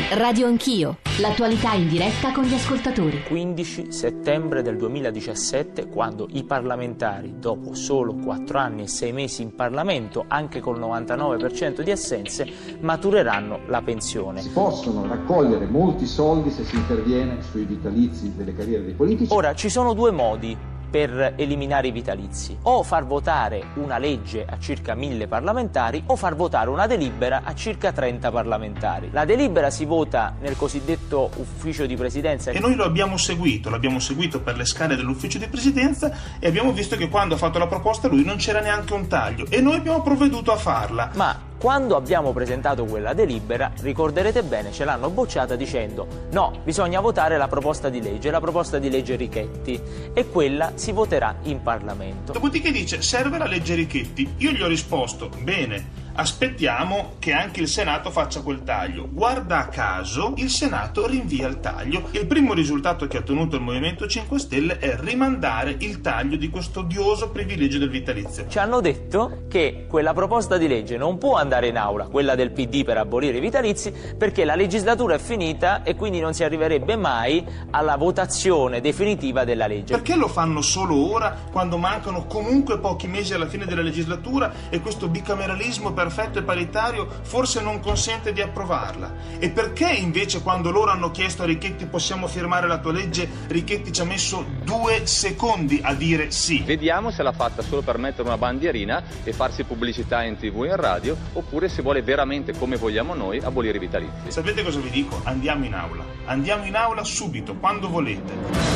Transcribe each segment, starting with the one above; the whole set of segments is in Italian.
Radio Anch'io, l'attualità in diretta con gli ascoltatori. 15 settembre del 2017, quando i parlamentari, dopo solo 4 anni e 6 mesi in Parlamento, anche col 99% di assenze, matureranno la pensione. Si possono raccogliere molti soldi se si interviene sui vitalizi delle carriere dei politici. Ora, ci sono due modi per eliminare i vitalizi: o far votare una legge a circa 1000 parlamentari o far votare una delibera a circa 30 parlamentari. La delibera si vota nel cosiddetto ufficio di presidenza e noi l'abbiamo seguito per le scale dell'ufficio di presidenza e abbiamo visto che quando ha fatto la proposta lui non c'era neanche un taglio e noi abbiamo provveduto a farla. Ma quando abbiamo presentato quella delibera, ricorderete bene, ce l'hanno bocciata dicendo no, bisogna votare la proposta di legge Richetti, e quella si voterà in Parlamento. Dopodiché dice serve la legge Richetti. Io gli ho risposto bene, aspettiamo che anche il Senato faccia quel taglio. Guarda caso, il Senato rinvia il taglio. Il primo risultato che ha ottenuto il Movimento 5 Stelle è rimandare il taglio di questo odioso privilegio del vitalizio. Ci hanno detto che quella proposta di legge non può andare in aula, quella del PD per abolire i vitalizi, perché la legislatura è finita e quindi non si arriverebbe mai alla votazione definitiva della legge. Perché lo fanno solo ora, quando mancano comunque pochi mesi alla fine della legislatura e questo bicameralismo perfetto e paritario forse non consente di approvarla? E perché invece quando loro hanno chiesto a Richetti possiamo firmare la tua legge, Richetti ci ha messo 2 secondi a dire sì? Vediamo se l'ha fatta solo per mettere una bandierina e farsi pubblicità in TV e in radio, oppure se vuole veramente, come vogliamo noi, abolire i vitalizi. Sapete cosa vi dico? Andiamo in aula subito, quando volete.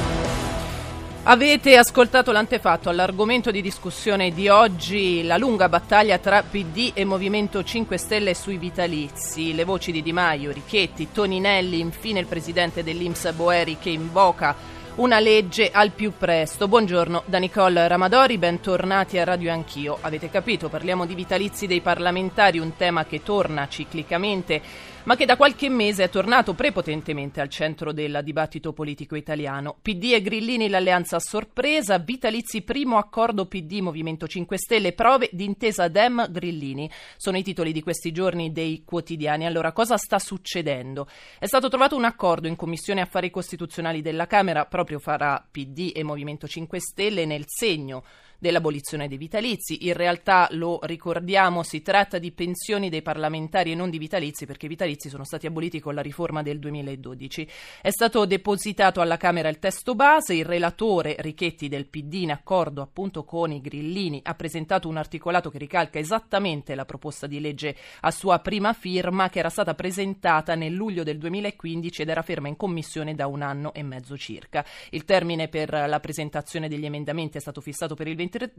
Avete ascoltato l'antefatto all'argomento di discussione di oggi, la lunga battaglia tra PD e Movimento 5 Stelle sui vitalizi, le voci di Di Maio, Richetti, Toninelli, infine il presidente dell'INPS Boeri che invoca una legge al più presto. Buongiorno da Nicole Ramadori, bentornati a Radio Anch'io. Avete capito, parliamo di vitalizi dei parlamentari, un tema che torna ciclicamente ma che da qualche mese è tornato prepotentemente al centro del dibattito politico italiano. PD e Grillini l'alleanza a sorpresa, vitalizi primo accordo PD Movimento 5 Stelle, prove d'intesa Dem Grillini. Sono i titoli di questi giorni dei quotidiani. Allora, cosa sta succedendo? È stato trovato un accordo in Commissione Affari Costituzionali della Camera proprio fra PD e Movimento 5 Stelle nel segno dell'abolizione dei vitalizi. In realtà, lo ricordiamo, si tratta di pensioni dei parlamentari e non di vitalizi, perché i vitalizi sono stati aboliti con la riforma del 2012. È stato depositato alla Camera il testo base, il relatore Richetti del PD, in accordo appunto con i Grillini, ha presentato un articolato che ricalca esattamente la proposta di legge a sua prima firma, che era stata presentata nel luglio del 2015 ed era ferma in commissione da 1 anno e mezzo circa. Il termine per la presentazione degli emendamenti è stato fissato per il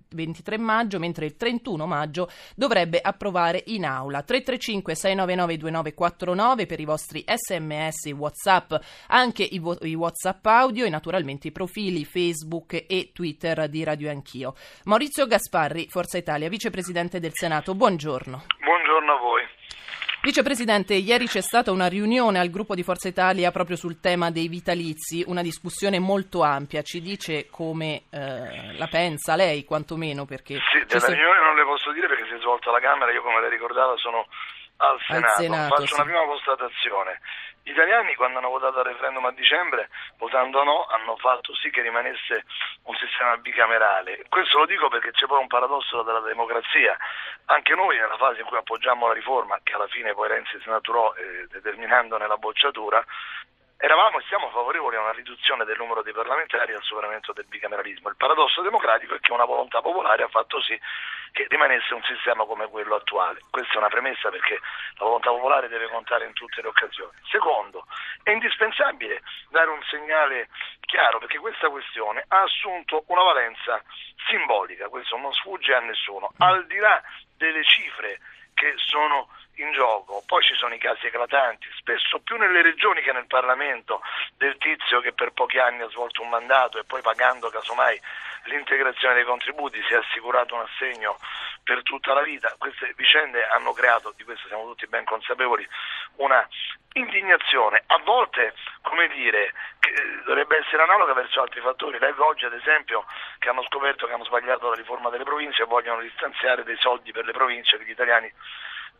23 maggio, mentre il 31 maggio dovrebbe approvare in aula. 335 699 2949 per i vostri sms, WhatsApp, anche i WhatsApp audio e naturalmente i profili Facebook e Twitter di Radio Anch'io. Maurizio Gasparri, Forza Italia, vicepresidente del Senato, buongiorno. Buongiorno a voi. Vicepresidente, ieri c'è stata una riunione al gruppo di Forza Italia proprio sul tema dei vitalizi, una discussione molto ampia. Ci dice come la pensa lei, quantomeno? Perché sì, della riunione non le posso dire perché si è svolta alla Camera, io come lei ricordava sono al Senato. Faccio sì. una prima constatazione. Gli italiani, quando hanno votato al referendum a dicembre, votando no, hanno fatto sì che rimanesse un sistema bicamerale. Questo lo dico perché c'è poi un paradosso della democrazia. Anche noi, nella fase in cui appoggiamo la riforma, che alla fine poi Renzi snaturò determinandone la bocciatura, eravamo e siamo favorevoli a una riduzione del numero dei parlamentari e al superamento del bicameralismo. Il paradosso democratico è che una volontà popolare ha fatto sì che rimanesse un sistema come quello attuale. Questa è una premessa perché la volontà popolare deve contare in tutte le occasioni. Secondo, è indispensabile dare un segnale chiaro perché questa questione ha assunto una valenza simbolica, questo non sfugge a nessuno, al di là delle cifre che sono in gioco. Poi ci sono i casi eclatanti, spesso più nelle regioni che nel Parlamento, del tizio che per pochi anni ha svolto un mandato e poi pagando casomai l'integrazione dei contributi si è assicurato un assegno per tutta la vita. Queste vicende hanno creato, di questo siamo tutti ben consapevoli, una indignazione, a volte, come dire, che dovrebbe essere analoga verso altri fattori. Leggo oggi ad esempio che hanno scoperto che hanno sbagliato la riforma delle province e vogliono distanziare dei soldi per le province che gli italiani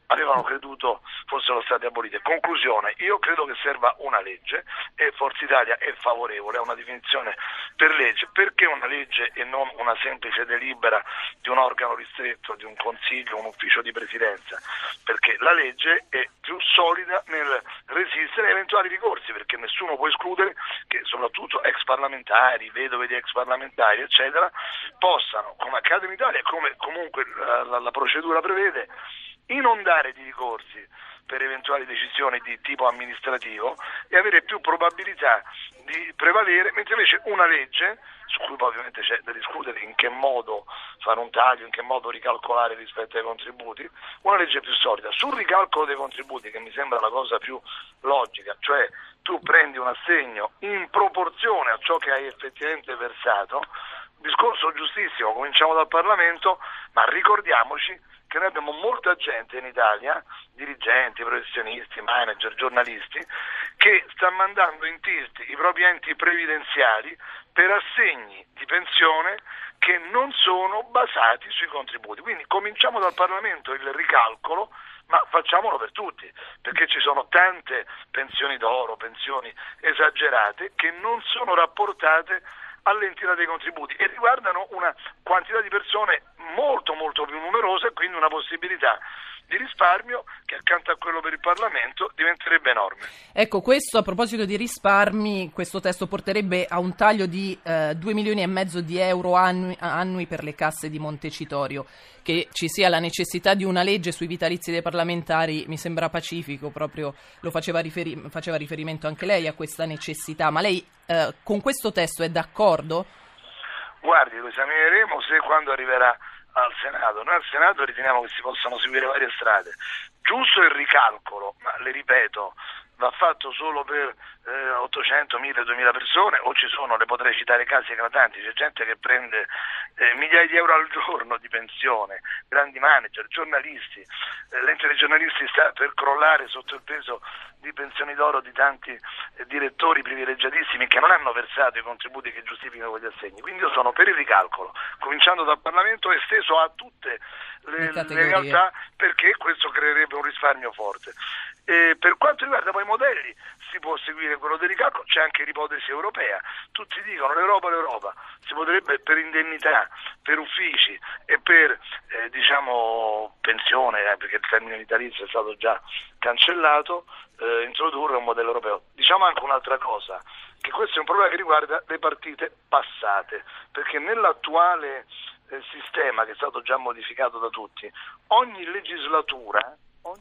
avevano creduto fossero state abolite. Conclusione, io credo che serva una legge e Forza Italia è favorevole a una definizione per legge. Perché una legge e non una semplice delibera di un organo ristretto, di un consiglio, un ufficio di presidenza? Perché la legge è più solida nel resistere a eventuali ricorsi, perché nessuno può escludere che soprattutto ex parlamentari, vedove di ex parlamentari eccetera possano, come accade in Italia e come comunque la procedura prevede, inondare di ricorsi per eventuali decisioni di tipo amministrativo e avere più probabilità di prevalere, mentre invece una legge, su cui poi ovviamente c'è da discutere in che modo fare un taglio, in che modo ricalcolare rispetto ai contributi, una legge più solida. Sul ricalcolo dei contributi, che mi sembra la cosa più logica, cioè tu prendi un assegno in proporzione a ciò che hai effettivamente versato, discorso giustissimo, cominciamo dal Parlamento, ma ricordiamoci che noi abbiamo molta gente in Italia, dirigenti, professionisti, manager, giornalisti, che sta mandando in tilt i propri enti previdenziali per assegni di pensione che non sono basati sui contributi. Quindi cominciamo dal Parlamento il ricalcolo, ma facciamolo per tutti, perché ci sono tante pensioni d'oro, pensioni esagerate che non sono rapportate all'entità dei contributi e riguardano una quantità di persone molto molto più numerosa e quindi una possibilità di risparmio che accanto a quello per il Parlamento diventerebbe enorme. Ecco, questo a proposito di risparmi, questo testo porterebbe a un taglio di 2,5 milioni di euro annui per le casse di Montecitorio. Che ci sia la necessità di una legge sui vitalizi dei parlamentari mi sembra pacifico, proprio lo faceva riferimento anche lei a questa necessità, ma lei con questo testo è d'accordo? Guardi, lo esamineremo se quando arriverà al Senato. Noi al Senato riteniamo che si possano seguire varie strade. Giusto il ricalcolo, ma le ripeto, va fatto solo per 800, 1000, 2000 persone, o ci sono, le potrei citare casi eclatanti, c'è gente che prende migliaia di euro al giorno di pensione, grandi manager, giornalisti, l'ente dei giornalisti sta per crollare sotto il peso di pensioni d'oro di tanti direttori privilegiatissimi che non hanno versato i contributi che giustificano quegli assegni. Quindi io sono per il ricalcolo, cominciando dal Parlamento, esteso a tutte le realtà, perché questo creerebbe un risparmio forte. Per quanto riguarda poi i modelli, si può seguire quello del ricalcolo, c'è anche l'ipotesi europea. Tutti dicono l'Europa, si potrebbe per indennità, per uffici e per pensione, perché il termine vitalizio è stato già cancellato, introdurre un modello europeo. Diciamo anche un'altra cosa, che questo è un problema che riguarda le partite passate, perché nell'attuale sistema, che è stato già modificato da tutti, ogni legislatura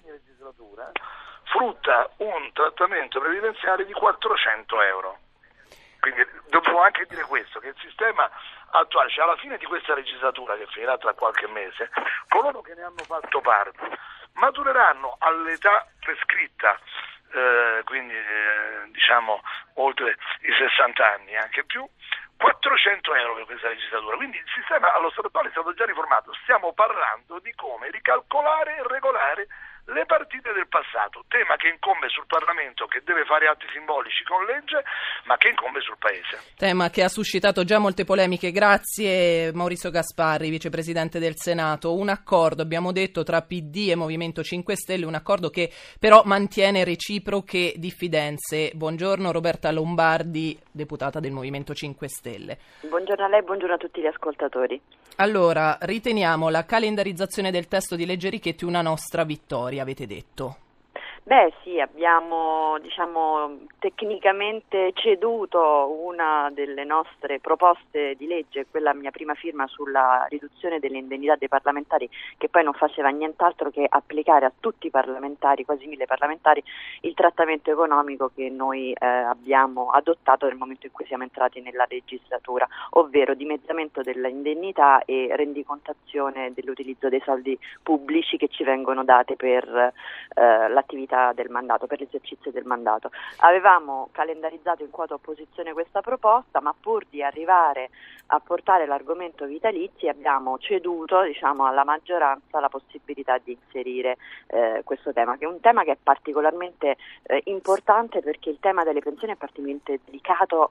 frutta un trattamento previdenziale di 400 euro. Quindi dobbiamo anche dire questo, che il sistema attuale, cioè alla fine di questa legislatura, che finirà tra qualche mese, coloro che ne hanno fatto parte matureranno all'età prescritta, quindi oltre i 60 anni, anche più, 400 euro per questa legislatura. Quindi il sistema allo stato attuale è stato già riformato. Stiamo parlando di come ricalcolare e regolare le partite del passato, tema che incombe sul Parlamento, che deve fare atti simbolici con legge, ma che incombe sul Paese. Tema che ha suscitato già molte polemiche. Grazie Maurizio Gasparri, vicepresidente del Senato. Un accordo, abbiamo detto, tra PD e Movimento 5 Stelle, un accordo che però mantiene reciproche diffidenze. Buongiorno Roberta Lombardi, deputata del Movimento 5 Stelle. Buongiorno a lei, buongiorno a tutti gli ascoltatori. Allora, riteniamo la calendarizzazione del testo di legge Richetti una nostra vittoria, avete detto. Beh sì, abbiamo tecnicamente ceduto una delle nostre proposte di legge, quella a mia prima firma sulla riduzione delle indennità dei parlamentari, che poi non faceva nient'altro che applicare a tutti i parlamentari, quasi 1000 parlamentari, il trattamento economico che noi abbiamo adottato nel momento in cui siamo entrati nella legislatura, ovvero dimezzamento dell'indennità e rendicontazione dell'utilizzo dei soldi pubblici che ci vengono date per l'attività vita del mandato, per l'esercizio del mandato. Avevamo calendarizzato in quota opposizione questa proposta, ma pur di arrivare a portare l'argomento vitalizi abbiamo ceduto, diciamo, alla maggioranza la possibilità di inserire questo tema, che è un tema che è particolarmente importante, perché il tema delle pensioni è particolarmente delicato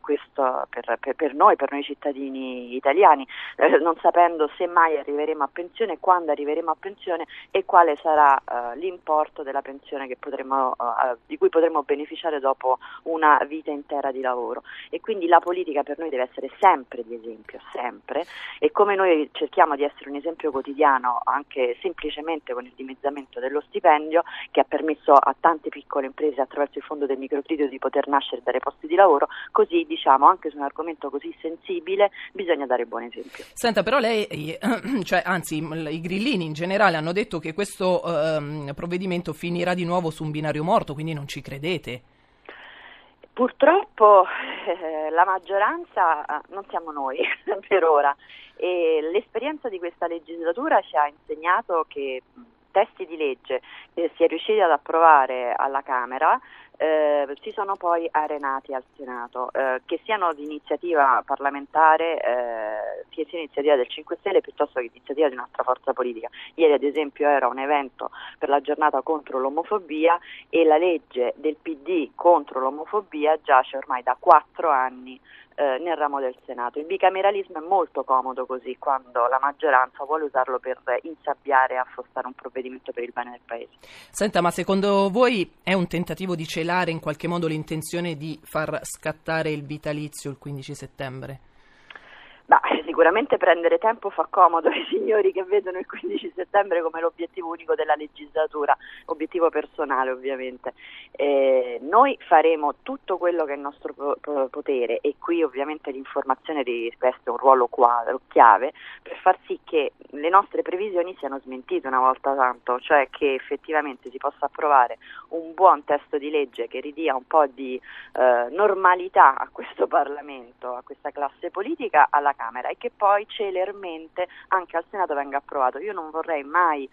per noi cittadini italiani, non sapendo se mai arriveremo a pensione, quando arriveremo a pensione e quale sarà l'importo della pensione che di cui potremo beneficiare dopo una vita intera di lavoro. E quindi la politica per noi deve essere sempre di esempio, sempre, e come noi cerchiamo di essere un esempio quotidiano, anche semplicemente con il dimezzamento dello stipendio, che ha permesso a tante piccole imprese attraverso il fondo del microcredito di poter nascere e dare posti di lavoro, così diciamo anche su un argomento così sensibile bisogna dare buon esempio. Senta, però lei, i grillini in generale hanno detto che questo provvedimento finirà di nuovo su un binario morto, quindi non ci credete? Purtroppo la maggioranza non siamo noi per ora, e l'esperienza di questa legislatura ci ha insegnato che testi di legge che si è riusciti ad approvare alla Camera si sono poi arenati al Senato, che siano di iniziativa parlamentare, sia iniziativa del 5 Stelle piuttosto che iniziativa di un'altra forza politica. Ieri ad esempio era un evento per la giornata contro l'omofobia e la legge del PD contro l'omofobia giace ormai da 4 anni nel ramo del Senato. Il bicameralismo è molto comodo così, quando la maggioranza vuole usarlo per insabbiare e affossare un provvedimento per il bene del Paese. Senta, ma secondo voi è un tentativo di celare in qualche modo l'intenzione di far scattare il vitalizio il 15 settembre? Sicuramente prendere tempo fa comodo ai signori che vedono il 15 settembre come l'obiettivo unico della legislatura, obiettivo personale ovviamente. Noi faremo tutto quello che è il nostro potere, e qui ovviamente l'informazione riveste un ruolo chiave per far sì che le nostre previsioni siano smentite una volta tanto, cioè che effettivamente si possa approvare un buon testo di legge che ridia un po' di normalità a questo Parlamento, a questa classe politica alla Camera, e che poi celermente anche al Senato venga approvato. Io non vorrei mai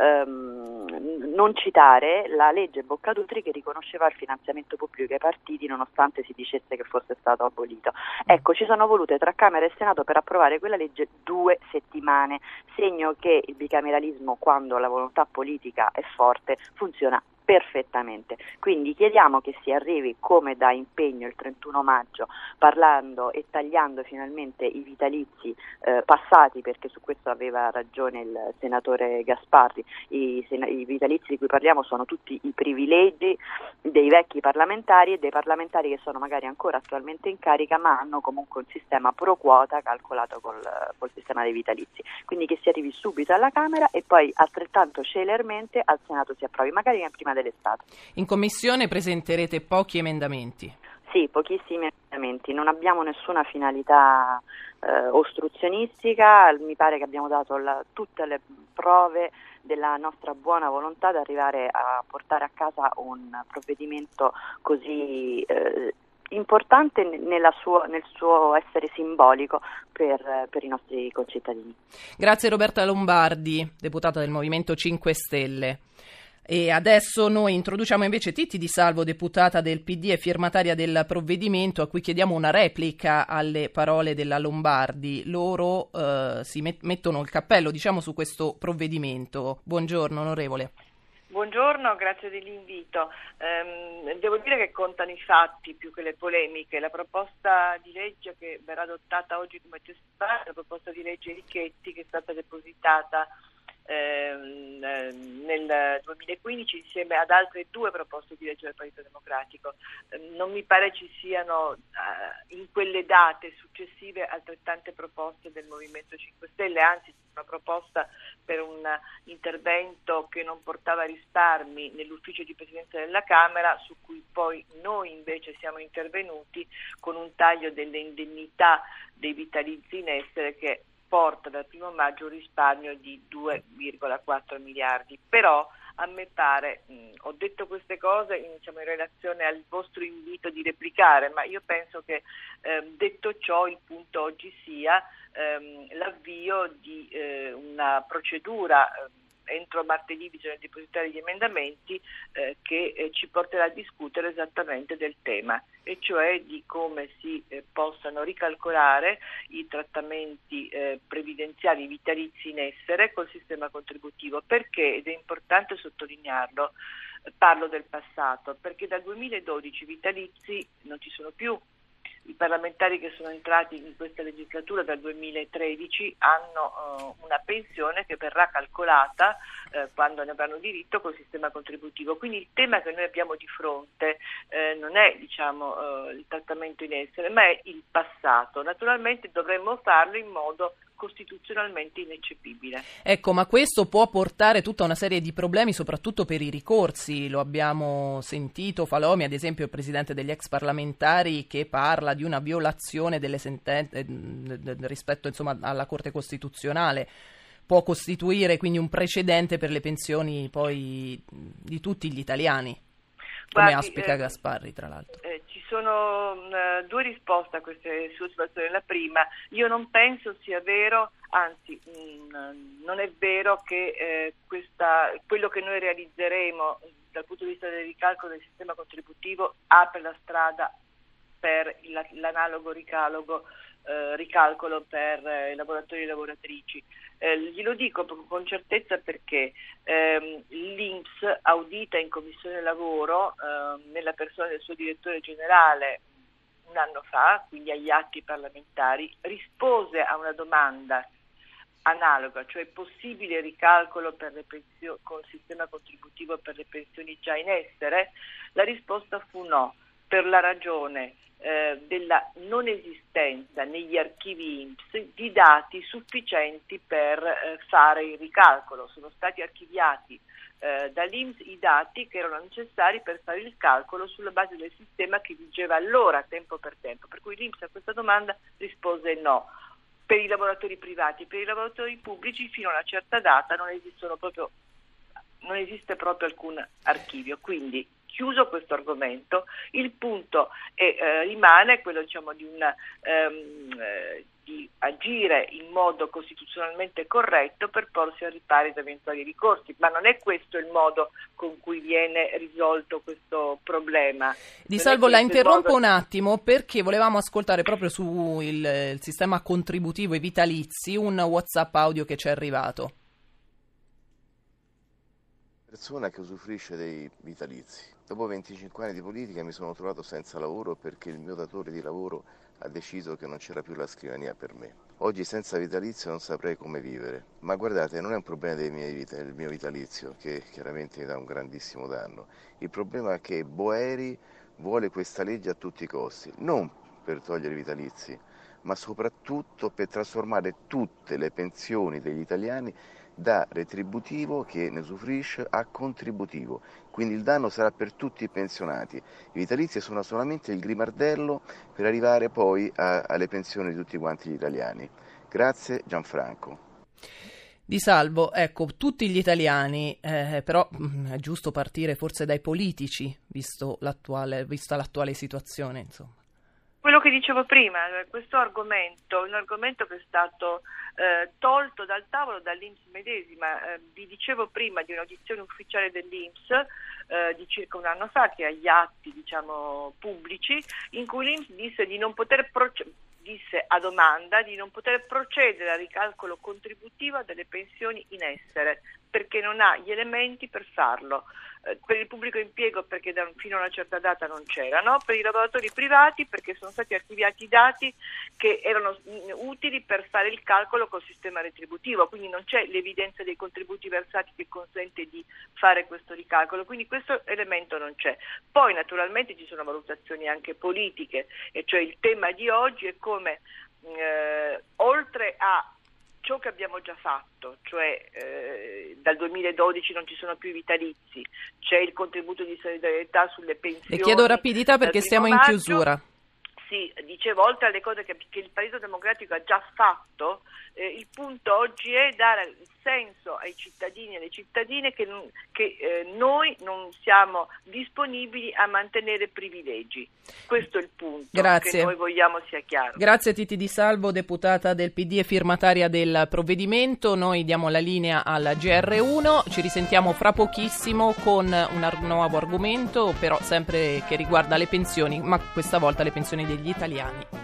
non citare la legge Boccadutri, che riconosceva il finanziamento pubblico ai partiti nonostante si dicesse che fosse stato abolito. Ecco, ci sono volute tra Camera e Senato per approvare quella legge 2 settimane, segno che il bicameralismo, quando la volontà politica è forte, funziona perfettamente. Quindi chiediamo che si arrivi come da impegno il 31 maggio, parlando e tagliando finalmente i vitalizi passati, perché su questo aveva ragione il senatore Gasparri. I vitalizi di cui parliamo sono tutti i privilegi dei vecchi parlamentari e dei parlamentari che sono magari ancora attualmente in carica, ma hanno comunque un sistema pro quota calcolato col sistema dei vitalizi. Quindi che si arrivi subito alla Camera e poi altrettanto celermente al Senato si approvi, magari prima dell'estate. In commissione presenterete pochi emendamenti? Sì, pochissimi emendamenti, non abbiamo nessuna finalità ostruzionistica, mi pare che abbiamo dato tutte le prove della nostra buona volontà di arrivare a portare a casa un provvedimento così importante nel suo essere simbolico per i nostri concittadini. Grazie Roberta Lombardi, deputata del Movimento 5 Stelle. E adesso noi introduciamo invece Titti Di Salvo, deputata del PD e firmataria del provvedimento, a cui chiediamo una replica alle parole della Lombardi. Loro si mettono il cappello, diciamo, su questo provvedimento. Buongiorno onorevole. Buongiorno, grazie dell'invito. Devo dire che contano i fatti più che le polemiche. La proposta di legge che verrà adottata oggi come testimone è la proposta di legge Richetti, che è stata depositata nel 2015 insieme ad altre 2 proposte di legge del Partito Democratico. Non mi pare ci siano in quelle date successive altrettante proposte del Movimento 5 Stelle, anzi una proposta per un intervento che non portava risparmi nell'ufficio di Presidenza della Camera, su cui poi noi invece siamo intervenuti con un taglio delle indennità dei vitalizi in essere che porta dal 1 maggio un risparmio di 2,4 miliardi. Però a me pare, ho detto queste cose in relazione al vostro invito di replicare, ma io penso che detto ciò il punto oggi sia l'avvio di una procedura entro martedì bisogna depositare gli emendamenti che ci porterà a discutere esattamente del tema, e cioè di come si possano ricalcolare i trattamenti previdenziali vitalizi in essere col sistema contributivo. Perché, ed è importante sottolinearlo, parlo del passato, perché dal 2012 i vitalizi non ci sono più. I parlamentari che sono entrati in questa legislatura dal 2013 hanno una pensione che verrà calcolata quando ne avranno diritto col sistema contributivo. Quindi il tema che noi abbiamo di fronte non è il trattamento in essere, ma è il passato. Naturalmente dovremmo farlo in modo costituzionalmente ineccepibile. Ecco, ma questo può portare tutta una serie di problemi, soprattutto per i ricorsi. Lo abbiamo sentito, Falomi, ad esempio, il presidente degli ex parlamentari, che parla di una violazione delle sentenze rispetto, insomma, alla Corte Costituzionale. Può costituire quindi un precedente per le pensioni poi di tutti gli italiani, come auspica Gasparri, tra l'altro. Ci sono due risposte a queste sue situazioni. La prima, io non penso sia vero, anzi non è vero che quello che noi realizzeremo dal punto di vista del ricalcolo del sistema contributivo apre la strada per l'analogo ricalcolo per i lavoratori e lavoratrici. Glielo dico con certezza perché l'INPS, audita in Commissione Lavoro nella persona del suo direttore generale un anno fa, quindi agli atti parlamentari, rispose a una domanda analoga, cioè possibile ricalcolo per le pensioni col sistema contributivo per le pensioni già in essere. La risposta fu no, per la ragione della non esistenza negli archivi INPS di dati sufficienti per fare il ricalcolo. Sono stati archiviati dall'INPS i dati che erano necessari per fare il calcolo sulla base del sistema che vigeva allora, tempo per tempo, per cui l'INPS a questa domanda rispose no. Per i lavoratori privati, per i lavoratori pubblici fino a una certa data non esiste proprio alcun archivio, quindi chiuso questo argomento, il punto rimane quello, diciamo, di agire in modo costituzionalmente corretto per porsi al riparo da eventuali ricorsi, ma non è questo il modo con cui viene risolto questo problema. Di Salvo, la interrompo un attimo perché volevamo ascoltare proprio sul sistema contributivo e vitalizi un WhatsApp audio che ci è arrivato. Persona che usufruisce dei vitalizi. Dopo 25 anni di politica mi sono trovato senza lavoro perché il mio datore di lavoro ha deciso che non c'era più la scrivania per me. Oggi senza vitalizio non saprei come vivere. Ma guardate, non è un problema del mio vitalizio, che chiaramente mi dà un grandissimo danno. Il problema è che Boeri vuole questa legge a tutti i costi, non per togliere i vitalizi, ma soprattutto per trasformare tutte le pensioni degli italiani da retributivo, che ne usufruisce, a contributivo. Quindi il danno sarà per tutti i pensionati. I vitalizi sono solamente il grimaldello per arrivare poi alle pensioni di tutti quanti gli italiani. Grazie Gianfranco. Di Salvo, ecco, tutti gli italiani, però è giusto partire forse dai politici, vista l'attuale situazione, insomma. Quello che dicevo prima, questo argomento, un argomento che è stato tolto dal tavolo dall'INPS medesima. Vi dicevo prima di un'audizione ufficiale dell'INPS di circa un anno fa, che ha gli atti, diciamo, pubblici, in cui l'INPS disse di non poter disse a domanda di non poter procedere al ricalcolo contributivo delle pensioni in essere, perché non ha gli elementi per farlo. Per il pubblico impiego perché fino a una certa data non c'erano, per i lavoratori privati perché sono stati archiviati i dati che erano utili per fare il calcolo col sistema retributivo, quindi non c'è l'evidenza dei contributi versati che consente di fare questo ricalcolo, quindi questo elemento non c'è. Poi naturalmente ci sono valutazioni anche politiche, e cioè il tema di oggi è come oltre a ciò che abbiamo già fatto, cioè dal 2012 non ci sono più i vitalizi, c'è il contributo di solidarietà sulle pensioni. Le chiedo rapidità perché stiamo in chiusura. Anzi, dicevo, oltre alle cose che il Partito Democratico ha già fatto, il punto oggi è dare il senso ai cittadini e alle cittadine che noi non siamo disponibili a mantenere privilegi. Questo è il punto. Grazie. Che noi vogliamo sia chiaro. Grazie Titi Di Salvo, deputata del PD e firmataria del provvedimento. Noi diamo la linea al GR1, ci risentiamo fra pochissimo con un nuovo argomento, però sempre che riguarda le pensioni, ma questa volta le pensioni degli italiani.